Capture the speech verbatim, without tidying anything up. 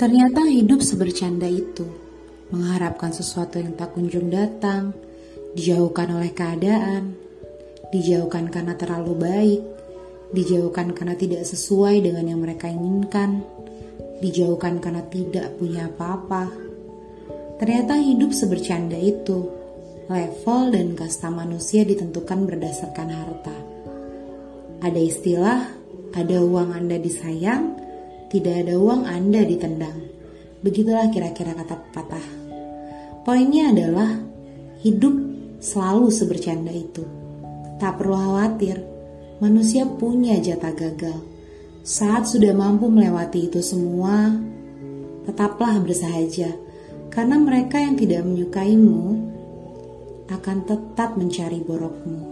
Ternyata hidup sebercanda itu, mengharapkan sesuatu yang tak kunjung datang, dijauhkan oleh keadaan, dijauhkan karena terlalu baik, dijauhkan karena tidak sesuai dengan yang mereka inginkan, dijauhkan karena tidak punya apa-apa. Ternyata hidup sebercanda itu, level dan kasta manusia ditentukan berdasarkan harta. Ada istilah, ada uang Anda disayang, tidak ada uang Anda ditendang. Begitulah kira-kira kata pepatah. Poinnya adalah hidup selalu sebercanda itu. Tak perlu khawatir, manusia punya jatah gagal. Saat sudah mampu melewati itu semua, tetaplah bersahaja, karena mereka yang tidak menyukaimu akan tetap mencari borokmu.